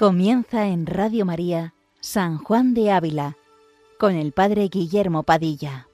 Comienza en Radio María, San Juan de Ávila, con el Padre Guillermo Padilla.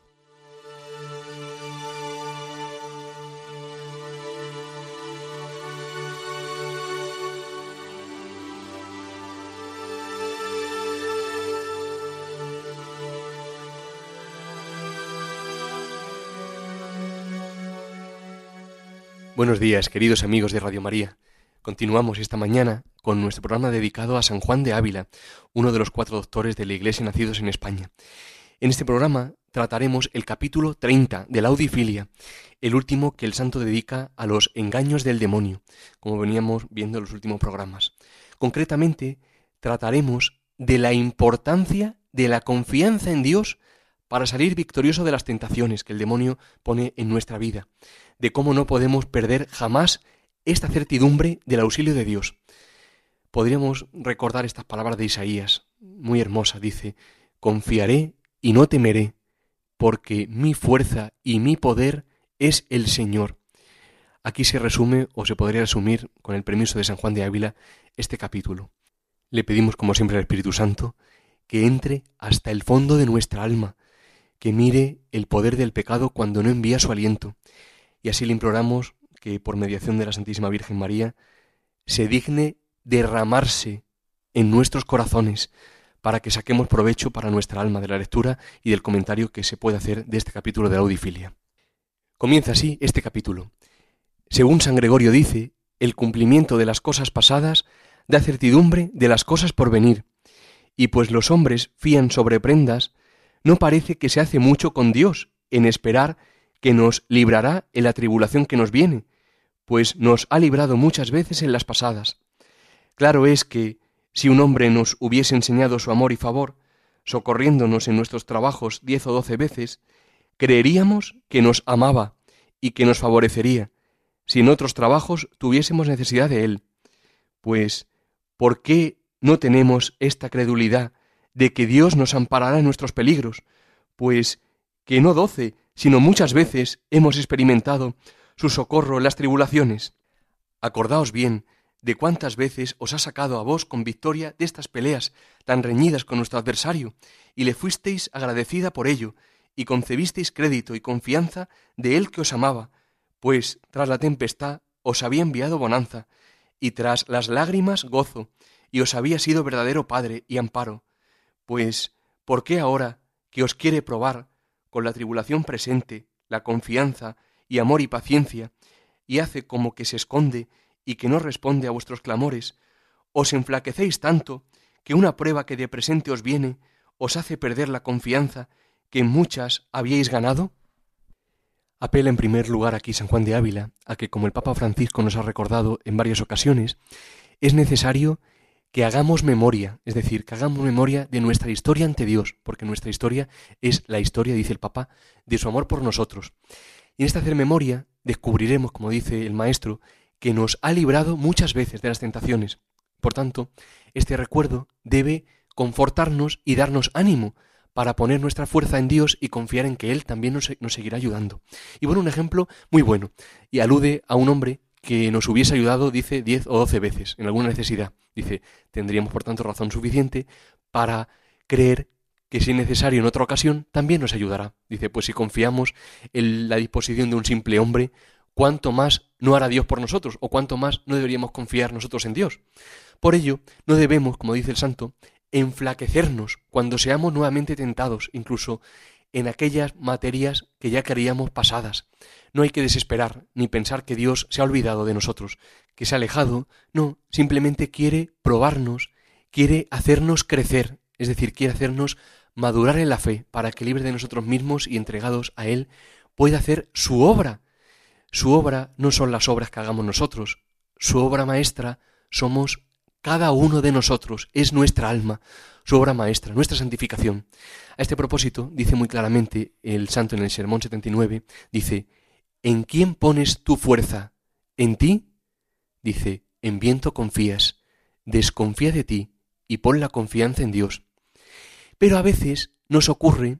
Buenos días, queridos amigos de Radio María. Continuamos esta mañana con nuestro programa dedicado a San Juan de Ávila, uno de los 4 doctores de la Iglesia nacidos en España. En este programa trataremos el capítulo 30 de la Audifilia, el último que el santo dedica a los engaños del demonio, como veníamos viendo en los últimos programas. Concretamente, trataremos de la importancia de la confianza en Dios para salir victorioso de las tentaciones que el demonio pone en nuestra vida, de cómo no podemos perder jamás esta certidumbre del auxilio de Dios. Podríamos recordar estas palabras de Isaías, muy hermosas, dice: «Confiaré y no temeré, porque mi fuerza y mi poder es el Señor». Aquí se resume, o se podría resumir, con el permiso de San Juan de Ávila, este capítulo. Le pedimos, como siempre, al Espíritu Santo que entre hasta el fondo de nuestra alma, que mire el poder del pecado cuando no envía su aliento, y así le imploramos que, por mediación de la Santísima Virgen María, se digne derramarse en nuestros corazones para que saquemos provecho para nuestra alma de la lectura y del comentario que se puede hacer de este capítulo de la Audifilia. Comienza así este capítulo. Según San Gregorio dice, el cumplimiento de las cosas pasadas da certidumbre de las cosas por venir, y pues los hombres fían sobre prendas, no parece que se hace mucho con Dios en esperar que nos librará en la tribulación que nos viene, pues nos ha librado muchas veces en las pasadas. Claro es que, si un hombre nos hubiese enseñado su amor y favor, socorriéndonos en nuestros trabajos 10 o 12 veces, creeríamos que nos amaba y que nos favorecería, si en otros trabajos tuviésemos necesidad de él. Pues, ¿por qué no tenemos esta credulidad de que Dios nos amparará en nuestros peligros? Pues que no 12, sino muchas veces hemos experimentado su socorro en las tribulaciones. Acordaos bien de cuántas veces os ha sacado a vos con victoria de estas peleas tan reñidas con nuestro adversario, y le fuisteis agradecida por ello, y concebisteis crédito y confianza de él que os amaba, pues tras la tempestad os había enviado bonanza, y tras las lágrimas gozo, y os había sido verdadero Padre y amparo. Pues, ¿por qué ahora que os quiere probar con la tribulación presente, la confianza y amor y paciencia, y hace como que se esconde y que no responde a vuestros clamores, os enflaquecéis tanto que una prueba que de presente os viene os hace perder la confianza que en muchas habíais ganado? Apela en primer lugar aquí San Juan de Ávila a que, como el Papa Francisco nos ha recordado en varias ocasiones, es necesario que hagamos memoria, es decir, que hagamos memoria de nuestra historia ante Dios, porque nuestra historia es la historia, dice el Papa, de su amor por nosotros. Y en este hacer memoria descubriremos, como dice el Maestro, que nos ha librado muchas veces de las tentaciones. Por tanto, este recuerdo debe confortarnos y darnos ánimo para poner nuestra fuerza en Dios y confiar en que Él también nos seguirá ayudando. Y bueno, un ejemplo muy bueno, y alude a un hombre que nos hubiese ayudado, dice, 10 o 12 veces en alguna necesidad. Dice, tendríamos por tanto razón suficiente para creer que si es necesario en otra ocasión también nos ayudará. Dice, pues si confiamos en la disposición de un simple hombre, ¿cuánto más no hará Dios por nosotros? ¿O cuánto más no deberíamos confiar nosotros en Dios? Por ello, no debemos, como dice el santo, enflaquecernos cuando seamos nuevamente tentados, incluso en aquellas materias que ya creíamos pasadas. No hay que desesperar ni pensar que Dios se ha olvidado de nosotros, que se ha alejado. No, simplemente quiere probarnos, quiere hacernos crecer, es decir, quiere hacernos madurar en la fe para que, libre de nosotros mismos y entregados a Él, pueda hacer su obra. Su obra no son las obras que hagamos nosotros, su obra maestra somos cada uno de nosotros, es nuestra alma, su obra maestra, nuestra santificación. A este propósito, dice muy claramente el santo en el Sermón 79, dice: ¿en quién pones tu fuerza? ¿En ti? Dice: en viento confías, desconfía de ti y pon la confianza en Dios. Pero a veces nos ocurre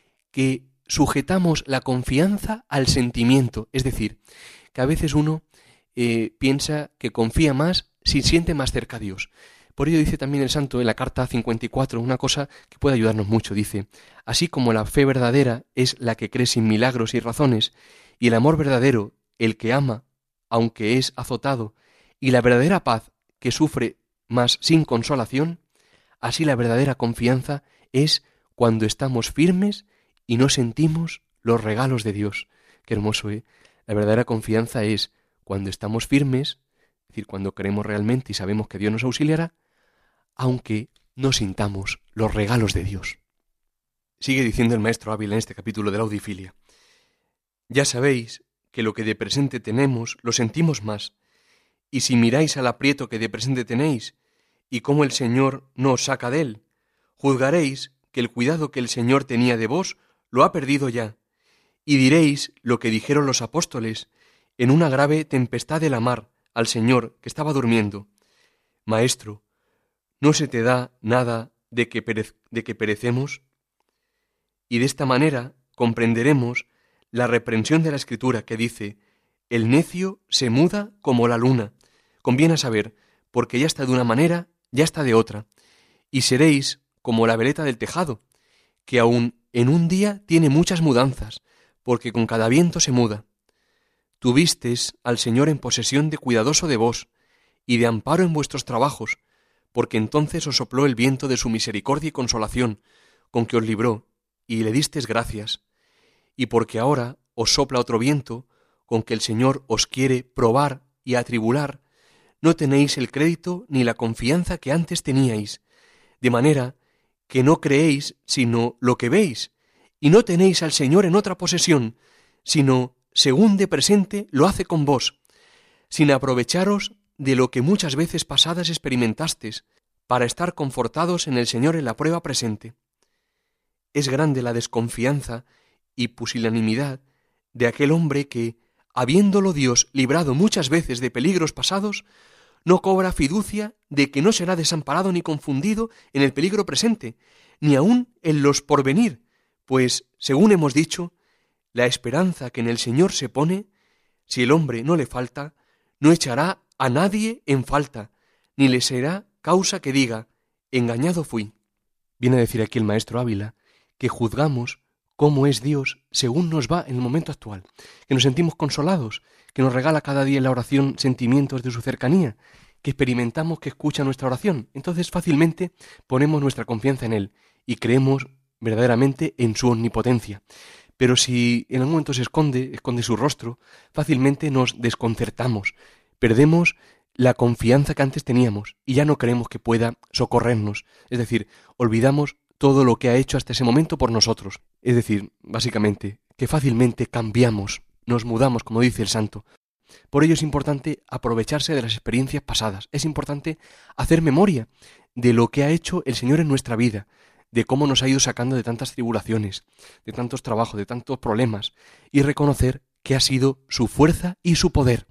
que sujetamos la confianza al sentimiento, es decir, que a veces uno piensa que confía más si siente más cerca a Dios. Por ello dice también el santo en la carta 54 una cosa que puede ayudarnos mucho. Dice: así como la fe verdadera es la que cree sin milagros y razones, y el amor verdadero el que ama aunque es azotado, y la verdadera paz que sufre mas sin consolación, así la verdadera confianza es cuando estamos firmes y no sentimos los regalos de Dios. Qué hermoso, ¿eh? La verdadera confianza es cuando estamos firmes, es decir, cuando creemos realmente y sabemos que Dios nos auxiliará, aunque no sintamos los regalos de Dios. Sigue diciendo el maestro Ávila en este capítulo de la Audifilia: ya sabéis que lo que de presente tenemos lo sentimos más, y si miráis al aprieto que de presente tenéis, y cómo el Señor no os saca de él, juzgaréis que el cuidado que el Señor tenía de vos lo ha perdido ya, y diréis lo que dijeron los apóstoles en una grave tempestad de la mar al Señor que estaba durmiendo: Maestro, ¿no se te da nada de que perecemos? Y de esta manera comprenderemos la reprensión de la Escritura que dice: el necio se muda como la luna. Conviene saber, porque ya está de una manera, ya está de otra. Y seréis como la veleta del tejado, que aun en un día tiene muchas mudanzas, porque con cada viento se muda. Tuvistes al Señor en posesión de cuidadoso de vos, y de amparo en vuestros trabajos, porque entonces os sopló el viento de su misericordia y consolación, con que os libró, y le distes gracias. Y porque ahora os sopla otro viento, con que el Señor os quiere probar y atribular, no tenéis el crédito ni la confianza que antes teníais, de manera que no creéis sino lo que veis, y no tenéis al Señor en otra posesión, sino según de presente lo hace con vos, sin aprovecharos de lo que muchas veces pasadas experimentastes, para estar confortados en el Señor en la prueba presente. Es grande la desconfianza y pusilanimidad de aquel hombre que, habiéndolo Dios librado muchas veces de peligros pasados, no cobra fiducia de que no será desamparado ni confundido en el peligro presente, ni aun en los por venir, pues, según hemos dicho, la esperanza que en el Señor se pone, si el hombre no le falta, no echará a nadie en falta, ni le será causa que diga: engañado fui. Viene a decir aquí el maestro Ávila que juzgamos cómo es Dios según nos va en el momento actual, que nos sentimos consolados, que nos regala cada día en la oración sentimientos de su cercanía, que experimentamos que escucha nuestra oración. Entonces fácilmente ponemos nuestra confianza en Él y creemos verdaderamente en su omnipotencia. Pero si en algún momento se esconde su rostro, fácilmente nos desconcertamos, perdemos la confianza que antes teníamos y ya no creemos que pueda socorrernos. Es decir, olvidamos todo lo que ha hecho hasta ese momento por nosotros. Es decir, básicamente, que fácilmente cambiamos, nos mudamos, como dice el santo. Por ello es importante aprovecharse de las experiencias pasadas. Es importante hacer memoria de lo que ha hecho el Señor en nuestra vida, de cómo nos ha ido sacando de tantas tribulaciones, de tantos trabajos, de tantos problemas, y reconocer que ha sido su fuerza y su poder.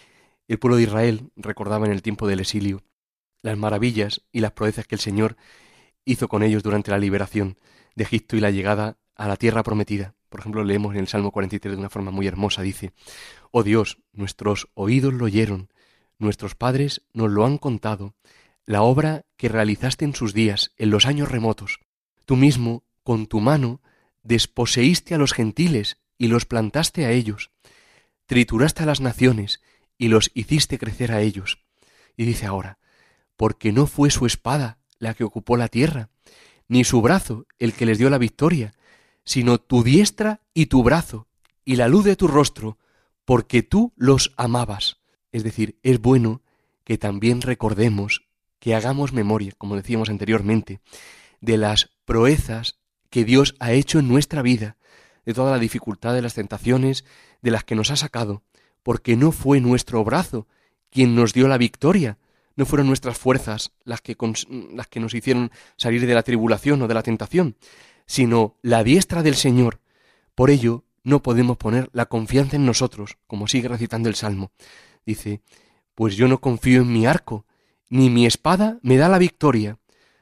El pueblo de Israel recordaba en el tiempo del exilio las maravillas y las proezas que el Señor hizo con ellos durante la liberación de Egipto y la llegada a la tierra prometida. Por ejemplo, leemos en el Salmo 43 de una forma muy hermosa, dice: «Oh Dios, nuestros oídos lo oyeron, nuestros padres nos lo han contado, la obra que realizaste en sus días, en los años remotos. Tú mismo, con tu mano, desposeíste a los gentiles y los plantaste a ellos. Trituraste a las naciones y los hiciste crecer a ellos». Y dice ahora: «Porque no fue su espada la que ocupó la tierra, ni su brazo el que les dio la victoria, sino tu diestra y tu brazo, y la luz de tu rostro, porque tú los amabas». Es decir, es bueno que también recordemos, que hagamos memoria, como decíamos anteriormente, de las proezas que Dios ha hecho en nuestra vida, de toda la dificultad, de las tentaciones, de las que nos ha sacado, porque no fue nuestro brazo quien nos dio la victoria, no fueron nuestras fuerzas las que nos hicieron salir de la tribulación o de la tentación, sino la diestra del Señor. Por ello, no podemos poner la confianza en nosotros, como sigue recitando el Salmo. Dice: «Pues yo no confío en mi arco, ni mi espada me da la victoria.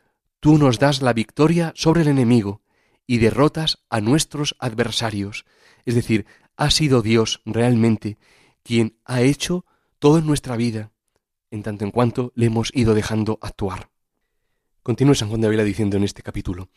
Tú nos das la victoria sobre el enemigo y derrotas a nuestros adversarios». Es decir, ha sido Dios realmente quien ha hecho todo en nuestra vida, en tanto en cuanto le hemos ido dejando actuar. Continúa San Juan de Ávila diciendo en este capítulo: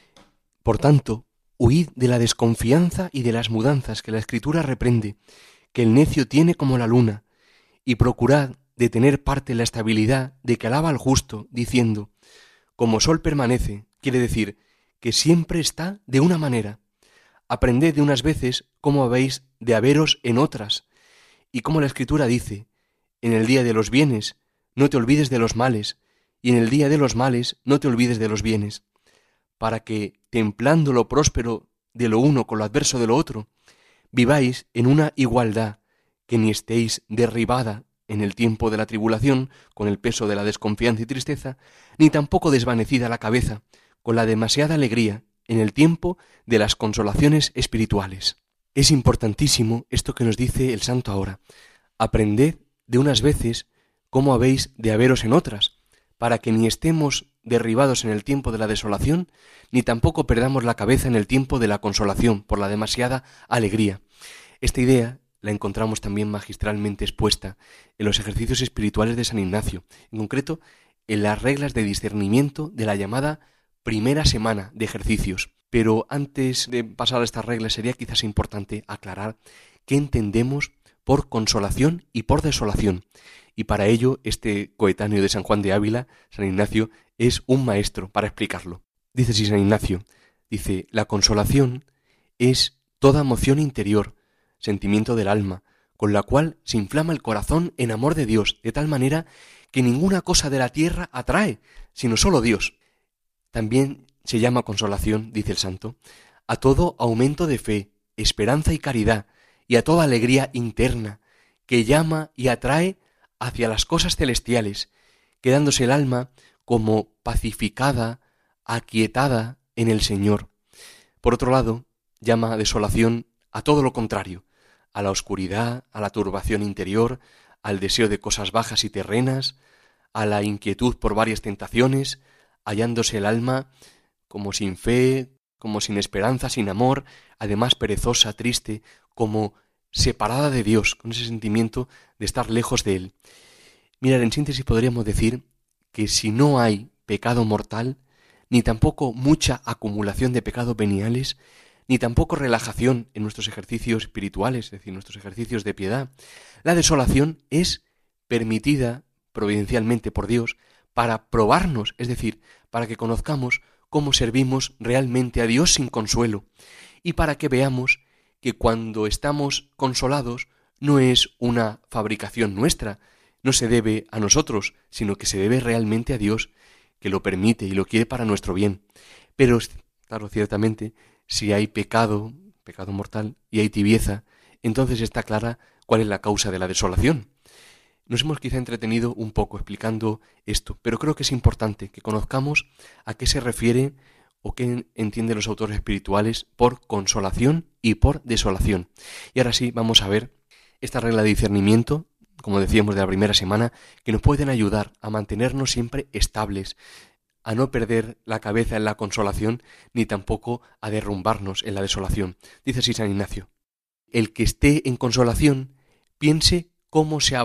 por tanto, huid de la desconfianza y de las mudanzas que la Escritura reprende, que el necio tiene como la luna, y procurad de tener parte en la estabilidad de que alaba al justo, diciendo: como sol permanece, quiere decir que siempre está de una manera. Aprended de unas veces cómo habéis de haberos en otras, y como la Escritura dice: en el día de los bienes no te olvides de los males, y en el día de los males no te olvides de los bienes, para que, templando lo próspero de lo uno con lo adverso de lo otro, viváis en una igualdad, que ni estéis derribada en el tiempo de la tribulación con el peso de la desconfianza y tristeza, ni tampoco desvanecida la cabeza con la demasiada alegría en el tiempo de las consolaciones espirituales. Es importantísimo esto que nos dice el santo ahora: aprended de unas veces cómo habéis de haberos en otras, para que ni estemos derribados en el tiempo de la desolación, ni tampoco perdamos la cabeza en el tiempo de la consolación por la demasiada alegría. Esta idea la encontramos también magistralmente expuesta en los ejercicios espirituales de San Ignacio, en concreto en las reglas de discernimiento de la llamada primera semana de ejercicios. Pero antes de pasar a estas reglas sería quizás importante aclarar qué entendemos por consolación y por desolación. Y para ello este coetáneo de San Juan de Ávila, San Ignacio, es un maestro para explicarlo. Dice así San Ignacio, dice: la consolación es toda emoción interior, sentimiento del alma, con la cual se inflama el corazón en amor de Dios, de tal manera que ninguna cosa de la tierra atrae, sino solo Dios. También se llama consolación, dice el santo, a todo aumento de fe, esperanza y caridad, y a toda alegría interna, que llama y atrae hacia las cosas celestiales, quedándose el alma como pacificada, aquietada en el Señor. Por otro lado, llama desolación a todo lo contrario, a la oscuridad, a la turbación interior, al deseo de cosas bajas y terrenas, a la inquietud por varias tentaciones, hallándose el alma como sin fe, como sin esperanza, sin amor, además perezosa, triste, como separada de Dios, con ese sentimiento de estar lejos de Él. Mirad, en síntesis podríamos decir que si no hay pecado mortal, ni tampoco mucha acumulación de pecados veniales, ni tampoco relajación en nuestros ejercicios espirituales, es decir, nuestros ejercicios de piedad, la desolación es permitida providencialmente por Dios para probarnos, es decir, para que conozcamos cómo servimos realmente a Dios sin consuelo, y para que veamos que cuando estamos consolados no es una fabricación nuestra, no se debe a nosotros, sino que se debe realmente a Dios, que lo permite y lo quiere para nuestro bien. Pero, claro, ciertamente, si hay pecado mortal, y hay tibieza, entonces está clara cuál es la causa de la desolación. Nos hemos quizá entretenido un poco explicando esto, pero creo que es importante que conozcamos a qué se refiere o qué entienden los autores espirituales por consolación y por desolación. Y ahora sí, vamos a ver esta regla de discernimiento, como decíamos de la primera semana, que nos pueden ayudar a mantenernos siempre estables, a no perder la cabeza en la consolación, ni tampoco a derrumbarnos en la desolación. Dice así San Ignacio: el que esté en consolación, piense cómo se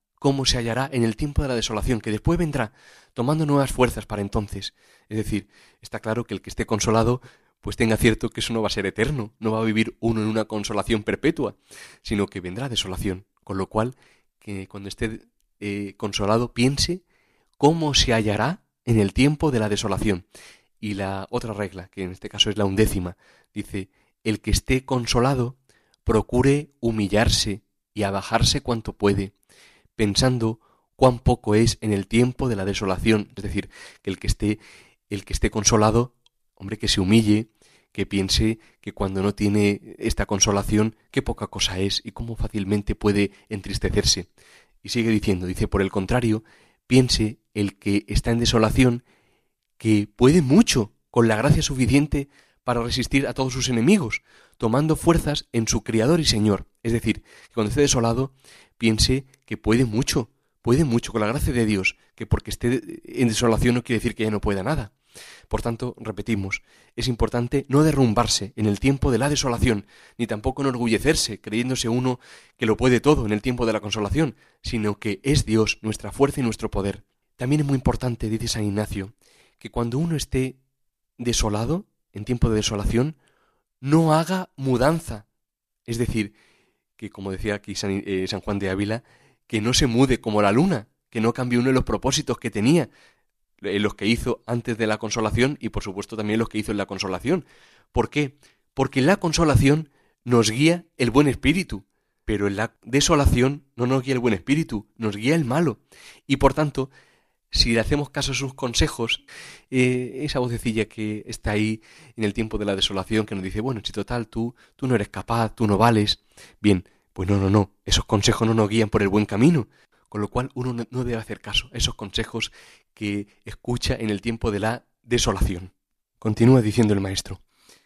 hallará en el tiempo de la desolación, que después vendrá, tomando nuevas fuerzas para entonces. Es decir, está claro que el que esté consolado, pues tenga cierto que eso no va a ser eterno, no va a vivir uno en una consolación perpetua, sino que vendrá desolación, con lo cual, que cuando esté consolado, piense cómo se hallará en el tiempo de la desolación. Y la otra regla, que en este caso es la 11ª, dice: el que esté consolado, procure humillarse y abajarse cuanto puede, pensando cuán poco es en el tiempo de la desolación. Es decir, que el que esté consolado, hombre, que se humille, que piense que cuando no tiene esta consolación, qué poca cosa es y cómo fácilmente puede entristecerse. Y sigue diciendo, dice: por el contrario, piense el que está en desolación que puede mucho con la gracia suficiente para resistir a todos sus enemigos, tomando fuerzas en su Criador y Señor. Es decir, que cuando esté desolado, piense que puede mucho con la gracia de Dios, que porque esté en desolación no quiere decir que ya no pueda nada. Por tanto, repetimos, es importante no derrumbarse en el tiempo de la desolación, ni tampoco enorgullecerse creyéndose uno que lo puede todo en el tiempo de la consolación, sino que es Dios nuestra fuerza y nuestro poder. También es muy importante, dice San Ignacio, que cuando uno esté desolado, en tiempo de desolación, no haga mudanza. Es decir, que como decía aquí San Juan de Ávila, que no se mude como la luna, que no cambie uno de los propósitos que tenía, los que hizo antes de la consolación y por supuesto también los que hizo en la consolación. ¿Por qué? Porque en la consolación nos guía el buen espíritu, pero en la desolación no nos guía el buen espíritu, nos guía el malo. Y por tanto, si le hacemos caso a sus consejos, esa vocecilla que está ahí en el tiempo de la desolación que nos dice, bueno, si total, tú no eres capaz, tú no vales. Bien, pues no, esos consejos no nos guían por el buen camino, con lo cual uno no debe hacer caso a esos consejos que escucha en el tiempo de la desolación. Continúa diciendo el maestro.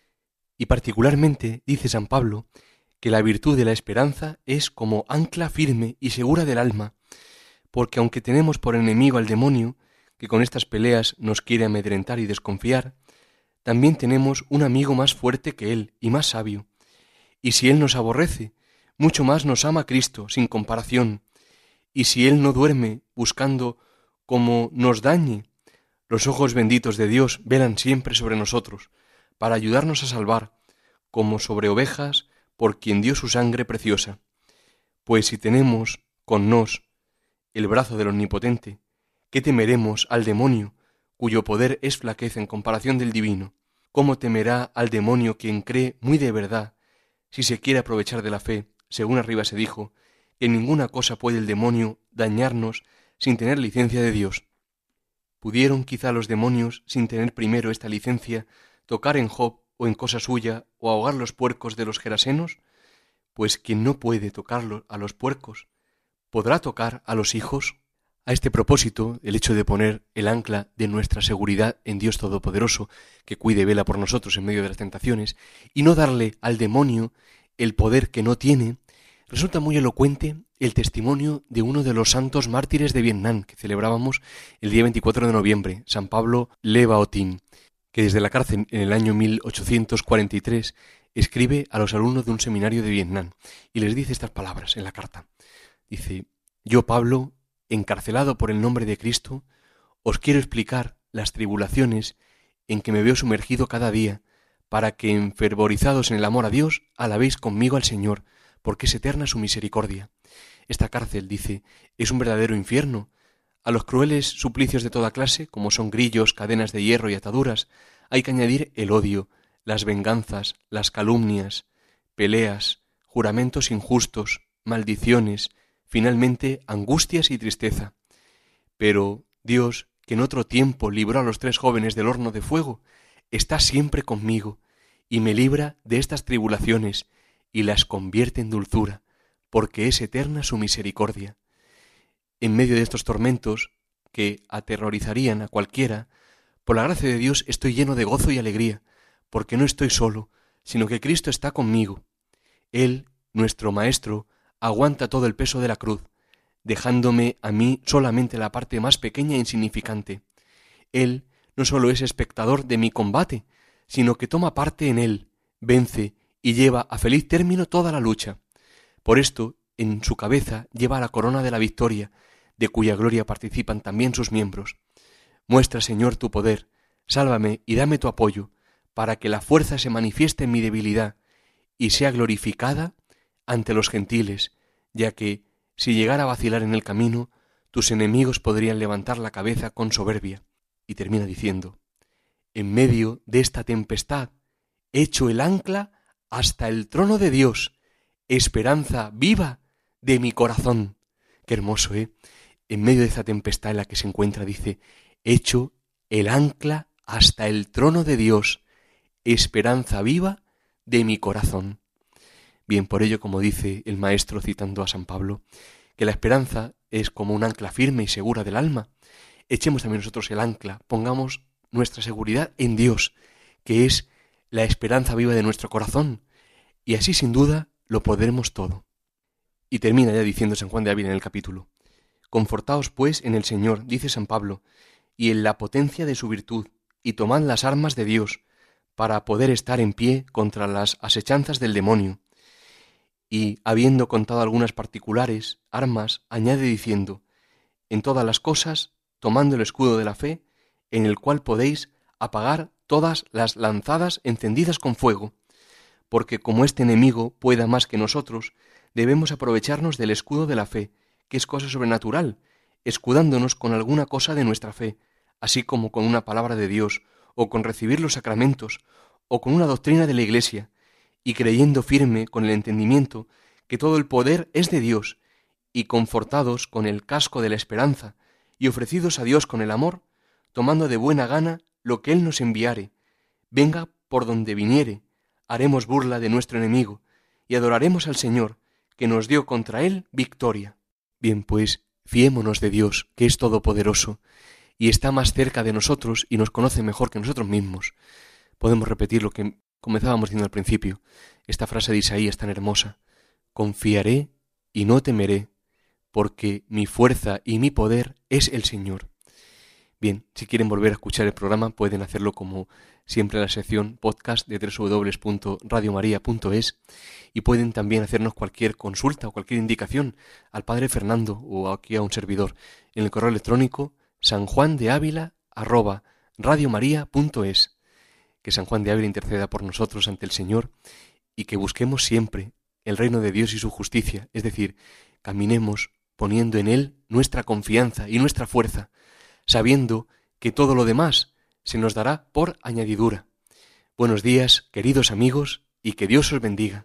Y particularmente dice San Pablo que la virtud de la esperanza es como ancla firme y segura del alma, porque aunque tenemos por enemigo al demonio, que con estas peleas nos quiere amedrentar y desconfiar, también tenemos un amigo más fuerte que él y más sabio. Y si él nos aborrece, mucho más nos ama Cristo, sin comparación. Y si él no duerme buscando cómo nos dañe, los ojos benditos de Dios velan siempre sobre nosotros, para ayudarnos a salvar, como sobre ovejas por quien dio su sangre preciosa. Pues si tenemos con nos el brazo del Omnipotente, ¿qué temeremos al demonio, cuyo poder es flaqueza en comparación del divino? ¿Cómo temerá al demonio quien cree muy de verdad, si se quiere aprovechar de la fe, según arriba se dijo, que en ninguna cosa puede el demonio dañarnos sin tener licencia de Dios? ¿Pudieron quizá los demonios, sin tener primero esta licencia, tocar en Job o en cosa suya, o ahogar los puercos de los gerasenos? Pues quien no puede tocarlo a los puercos, ¿podrá tocar a los hijos? A este propósito, el hecho de poner el ancla de nuestra seguridad en Dios Todopoderoso, que cuide y vela por nosotros en medio de las tentaciones, y no darle al demonio el poder que no tiene, resulta muy elocuente el testimonio de uno de los santos mártires de Vietnam, que celebrábamos el día 24 de noviembre, San Pablo Le Baotin, que desde la cárcel en el año 1843 escribe a los alumnos de un seminario de Vietnam, y les dice estas palabras en la carta. Dice, yo, Pablo, encarcelado por el nombre de Cristo, os quiero explicar las tribulaciones en que me veo sumergido cada día, para que, enfervorizados en el amor a Dios, alabéis conmigo al Señor, porque es eterna su misericordia. Esta cárcel, dice, es un verdadero infierno. A los crueles suplicios de toda clase, como son grillos, cadenas de hierro y ataduras, hay que añadir el odio, las venganzas, las calumnias, peleas, juramentos injustos, maldiciones, finalmente angustias y tristeza. Pero Dios, que en otro tiempo libró a los 3 jóvenes del horno de fuego, está siempre conmigo y me libra de estas tribulaciones y las convierte en dulzura, porque es eterna su misericordia. En medio de estos tormentos, que aterrorizarían a cualquiera, por la gracia de Dios estoy lleno de gozo y alegría, porque no estoy solo, sino que Cristo está conmigo. Él, nuestro Maestro, aguanta todo el peso de la cruz, dejándome a mí solamente la parte más pequeña e insignificante. Él no solo es espectador de mi combate, sino que toma parte en él, vence y lleva a feliz término toda la lucha. Por esto, en su cabeza lleva la corona de la victoria, de cuya gloria participan también sus miembros. Muestra, Señor, tu poder, sálvame y dame tu apoyo, para que la fuerza se manifieste en mi debilidad y sea glorificada ante los gentiles, ya que, si llegara a vacilar en el camino, tus enemigos podrían levantar la cabeza con soberbia. Y termina diciendo, en medio de esta tempestad, echo el ancla hasta el trono de Dios, esperanza viva de mi corazón. Qué hermoso, ¿eh? En medio de esta tempestad en la que se encuentra, dice, echo el ancla hasta el trono de Dios, esperanza viva de mi corazón. Bien, por ello, como dice el maestro citando a San Pablo, que la esperanza es como un ancla firme y segura del alma. Echemos también nosotros el ancla, pongamos nuestra seguridad en Dios, que es la esperanza viva de nuestro corazón, y así sin duda lo podremos todo. Y termina ya diciendo San Juan de Ávila en el capítulo, confortaos pues en el Señor, dice San Pablo, y en la potencia de su virtud, y tomad las armas de Dios, para poder estar en pie contra las asechanzas del demonio. Y, habiendo contado algunas particulares armas, añade diciendo: en todas las cosas, tomando el escudo de la fe, en el cual podéis apagar todas las lanzadas encendidas con fuego, porque como este enemigo pueda más que nosotros, debemos aprovecharnos del escudo de la fe, que es cosa sobrenatural, escudándonos con alguna cosa de nuestra fe, así como con una palabra de Dios, o con recibir los sacramentos, o con una doctrina de la Iglesia, y creyendo firme con el entendimiento que todo el poder es de Dios, y confortados con el casco de la esperanza, y ofrecidos a Dios con el amor, tomando de buena gana lo que Él nos enviare, venga por donde viniere, haremos burla de nuestro enemigo, y adoraremos al Señor, que nos dio contra Él victoria. Bien, pues, fiémonos de Dios, que es todopoderoso, y está más cerca de nosotros y nos conoce mejor que nosotros mismos. Podemos repetir lo que comenzábamos diciendo al principio, esta frase de Isaías tan hermosa: confiaré y no temeré, porque mi fuerza y mi poder es el Señor. Bien, si quieren volver a escuchar el programa pueden hacerlo como siempre en la sección podcast de www.radiomaria.es, y pueden también hacernos cualquier consulta o cualquier indicación al Padre Fernando o aquí a un servidor en el correo electrónico sanjuandeavila@radiomaria.es. Que San Juan de Ávila interceda por nosotros ante el Señor y que busquemos siempre el reino de Dios y su justicia, es decir, caminemos poniendo en Él nuestra confianza y nuestra fuerza, sabiendo que todo lo demás se nos dará por añadidura. Buenos días, queridos amigos, y que Dios os bendiga.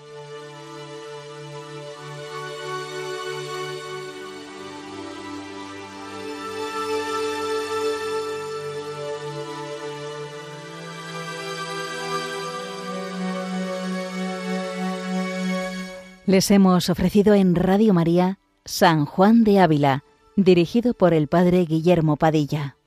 Les hemos ofrecido en Radio María San Juan de Ávila, dirigido por el Padre Guillermo Padilla.